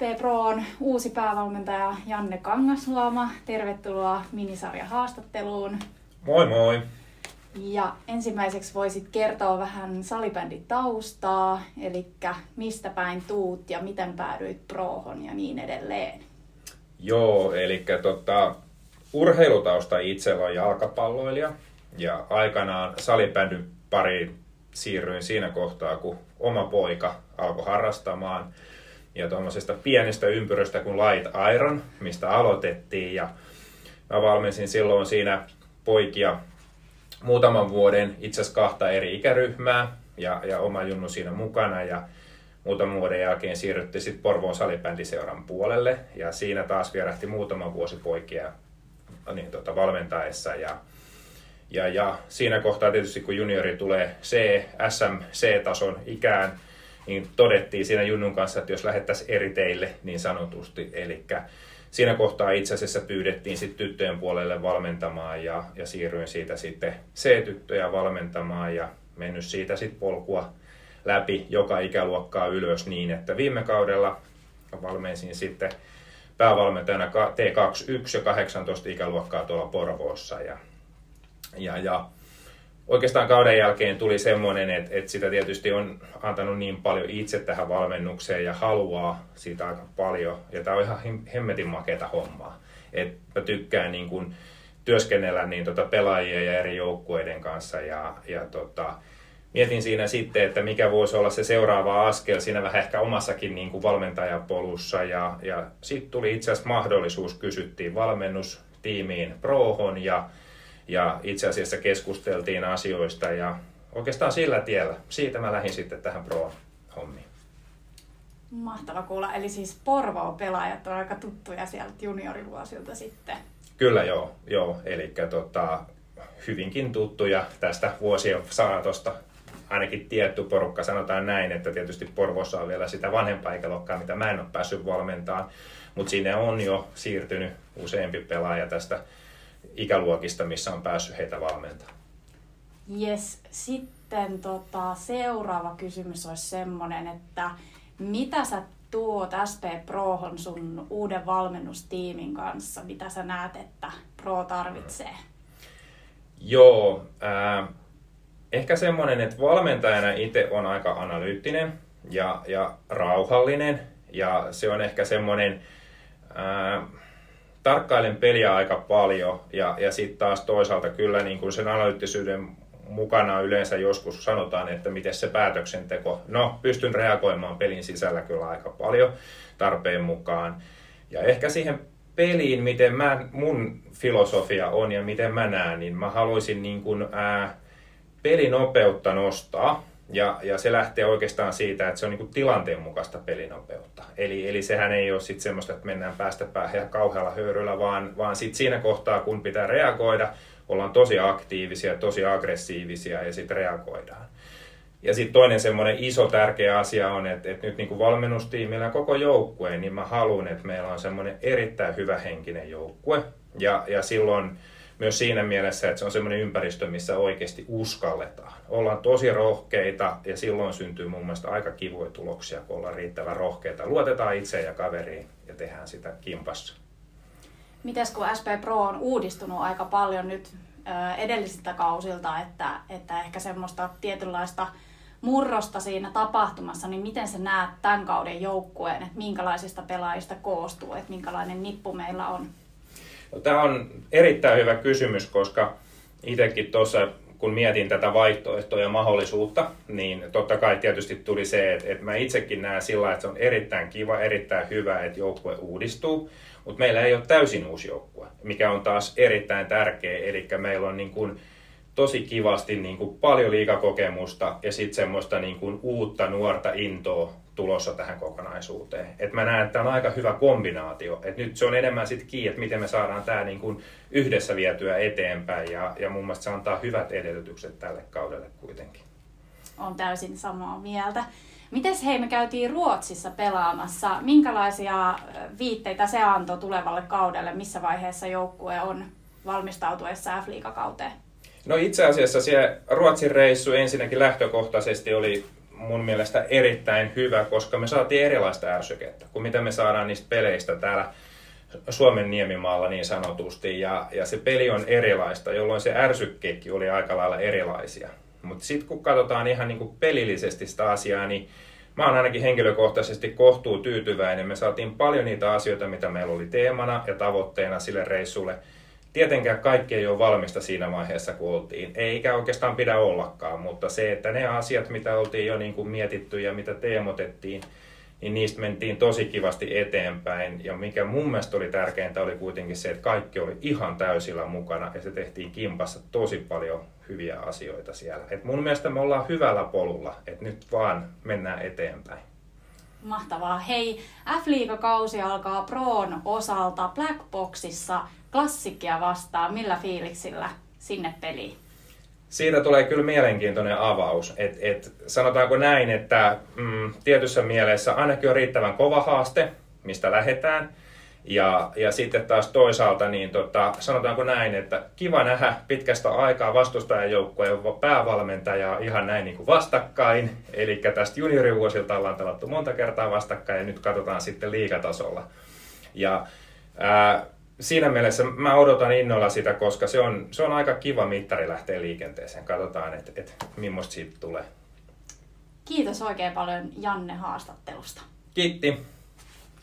SP Proon uusi päävalmentaja Janne Kangasluoma. Tervetuloa minisarjahaastatteluun. Moi moi! Ja ensimmäiseksi voisit kertoa vähän salibändin taustaa, eli mistä päin tuut ja miten päädyit Prohon ja niin edelleen. Joo, eli urheilutausta itsellä on jalkapalloilija ja aikanaan salibändin pariin siirryin siinä kohtaa, kun oma poika alkoi harrastamaan. Ja tuommoisesta pienestä ympyröstä kuin Light Iron, mistä aloitettiin. Ja mä valmensin silloin siinä poikia muutaman vuoden, itse asiassa 2 eri ikäryhmää ja oma junnu siinä mukana. Ja muutaman vuoden jälkeen siirryttiin sitten Porvoon salibändiseuran puolelle. Ja siinä taas vierähti muutama vuosi poikia valmentaessa. Ja siinä kohtaa tietysti kun juniori tulee SM-C-tason ikään, niin todettiin siinä junnun kanssa, että jos lähettäisiin eri teille niin sanotusti. Eli siinä kohtaa itse asiassa pyydettiin sitten tyttöjen puolelle valmentamaan ja siirryin siitä sitten C-tyttöjä valmentamaan ja mennyt siitä sitten polkua läpi joka ikäluokkaa ylös niin, että viime kaudella valmensin sitten päävalmentajana T21 ja 18 ikäluokkaa tuolla Porvoossa. Ja oikeastaan kauden jälkeen tuli semmoinen, että sitä tietysti on antanut niin paljon itse tähän valmennukseen ja haluaa siitä aika paljon. Ja tämä on ihan hemmetin makeata hommaa. Et mä tykkään niin kun työskennellä pelaajien ja eri joukkueiden kanssa mietin siinä sitten, että mikä voisi olla se seuraava askel siinä vähän ehkä omassakin niin kuin valmentajapolussa. Ja sitten tuli itse asiassa mahdollisuus, kysyttiin valmennustiimiin Prohon ja itse asiassa keskusteltiin asioista ja oikeastaan sillä tiellä. Siitä mä lähdin sitten tähän Pro-hommiin. Mahtava kuulla. Eli siis Porvoon pelaajat on aika tuttuja sieltä juniorivuosilta sitten. Kyllä joo. Eli hyvinkin tuttuja tästä vuosien saatosta. Ainakin tietty porukka, sanotaan näin, että tietysti Porvoossa on vielä sitä vanhempaa ikäluokkaa, mitä mä en ole päässyt valmentamaan. Mutta sinne on jo siirtynyt useampi pelaaja tästä ikäluokista, missä on päässyt heitä valmentamaan. Jes, sitten seuraava kysymys olisi semmoinen, että mitä sä tuot SP Prohon sun uuden valmennustiimin kanssa? Mitä sä näet, että Pro tarvitsee? Joo, ehkä semmoinen, että valmentajana itse on aika analyyttinen ja rauhallinen ja se on ehkä semmoinen tarkkailen peliä aika paljon ja sitten taas toisaalta kyllä niin kuin sen analyyttisyyden mukana yleensä joskus sanotaan, että miten se päätöksenteko, pystyn reagoimaan pelin sisällä kyllä aika paljon tarpeen mukaan. Ja ehkä siihen peliin, miten mun filosofia on ja miten mä näen, niin mä haluaisin niin kuin, pelinopeutta nostaa. Ja se lähtee oikeastaan siitä, että se on niin kuin tilanteen mukaista pelinopeutta. Eli sehän ei ole sitten semmoista, että mennään päästä päähän ja kauhealla höyryllä, vaan sitten siinä kohtaa, kun pitää reagoida, ollaan tosi aktiivisia, tosi aggressiivisia ja sitten reagoidaan. Ja sitten toinen semmoinen iso tärkeä asia on, että nyt niin kuin valmennustiimillä koko joukkueen, niin mä haluan, että meillä on semmoinen erittäin hyvä henkinen joukkue. Ja silloin myös siinä mielessä, että se on semmoinen ympäristö, missä oikeasti uskalletaan. Ollaan tosi rohkeita ja silloin syntyy mun mielestä aika kivoja tuloksia, kun ollaan riittävän rohkeita. Luotetaan itse ja kaveriin ja tehdään sitä kimpassa. Mites kun SP Pro on uudistunut aika paljon nyt edellisiltä kausilta, että ehkä semmoista tietynlaista murrosta siinä tapahtumassa, niin miten sä näet tämän kauden joukkueen, että minkälaisista pelaajista koostuu, että minkälainen nippu meillä on? Tämä on erittäin hyvä kysymys, koska itsekin tuossa, kun mietin tätä vaihtoehtoa ja mahdollisuutta, niin totta kai tietysti tuli se, että mä itsekin näen sillä, että se on erittäin kiva, erittäin hyvä, että joukkue uudistuu, mutta meillä ei ole täysin uusi joukkue, mikä on taas erittäin tärkeä, eli meillä on niin kuin tosi kivasti niin kuin paljon liigakokemusta ja sitten semmoista niin kuin uutta nuorta intoa tulossa tähän kokonaisuuteen. Et mä näen, että tämä on aika hyvä kombinaatio. Et nyt se on enemmän sitten kiinni, että miten me saadaan tämä niin kuin yhdessä vietyä eteenpäin ja mun mielestä se antaa hyvät edellytykset tälle kaudelle kuitenkin. On täysin samaa mieltä. Mites me käytiin Ruotsissa pelaamassa? Minkälaisia viitteitä se antoi tulevalle kaudelle? Missä vaiheessa joukkue on valmistautuessa F-liigakauteen? No itse asiassa se Ruotsin reissu ensinnäkin lähtökohtaisesti oli mun mielestä erittäin hyvä, koska me saatiin erilaista ärsykettä kuin mitä me saadaan niistä peleistä täällä Suomen niemimaalla niin sanotusti. Ja se peli on erilaista, jolloin se ärsykkeekin oli aika lailla erilaisia. Mutta sitten kun katsotaan ihan niin kuin pelillisesti sitä asiaa, niin mä oon ainakin henkilökohtaisesti kohtuu tyytyväinen. Me saatiin paljon niitä asioita, mitä meillä oli teemana ja tavoitteena sille reissulle. Tietenkään kaikki ei ole valmista siinä vaiheessa, kun oltiin. Eikä oikeastaan pidä ollakaan, mutta se, että ne asiat, mitä oltiin jo niin kuin mietitty ja mitä teemotettiin, niin niistä mentiin tosi kivasti eteenpäin. Ja mikä mun mielestä oli tärkeintä, oli kuitenkin se, että kaikki oli ihan täysillä mukana ja se tehtiin kimpassa tosi paljon hyviä asioita siellä. Et mun mielestä me ollaan hyvällä polulla, että nyt vaan mennään eteenpäin. Mahtavaa. Hei, F-liigakausi alkaa Proon osalta Black Boxissa Klassikkia vastaan. Millä fiiliksillä sinne peliin? Siitä tulee kyllä mielenkiintoinen avaus. Sanotaanko näin, että tietyssä mielessä ainakin on riittävän kova haaste, mistä lähdetään. Ja sitten taas toisaalta niin sanotaanko näin, että kiva nähdä pitkästä aikaa vastustajajoukkojen päävalmentajaa ihan näin niin kuin vastakkain. Eli tästä juniorivuosilta ollaan pelattu monta kertaa vastakkain ja nyt katsotaan sitten liigatasolla. Ja siinä mielessä mä odotan innolla sitä, koska se on aika kiva mittari lähteä liikenteeseen. Katsotaan, että millaista siitä tulee. Kiitos oikein paljon Janne haastattelusta. Kiitti.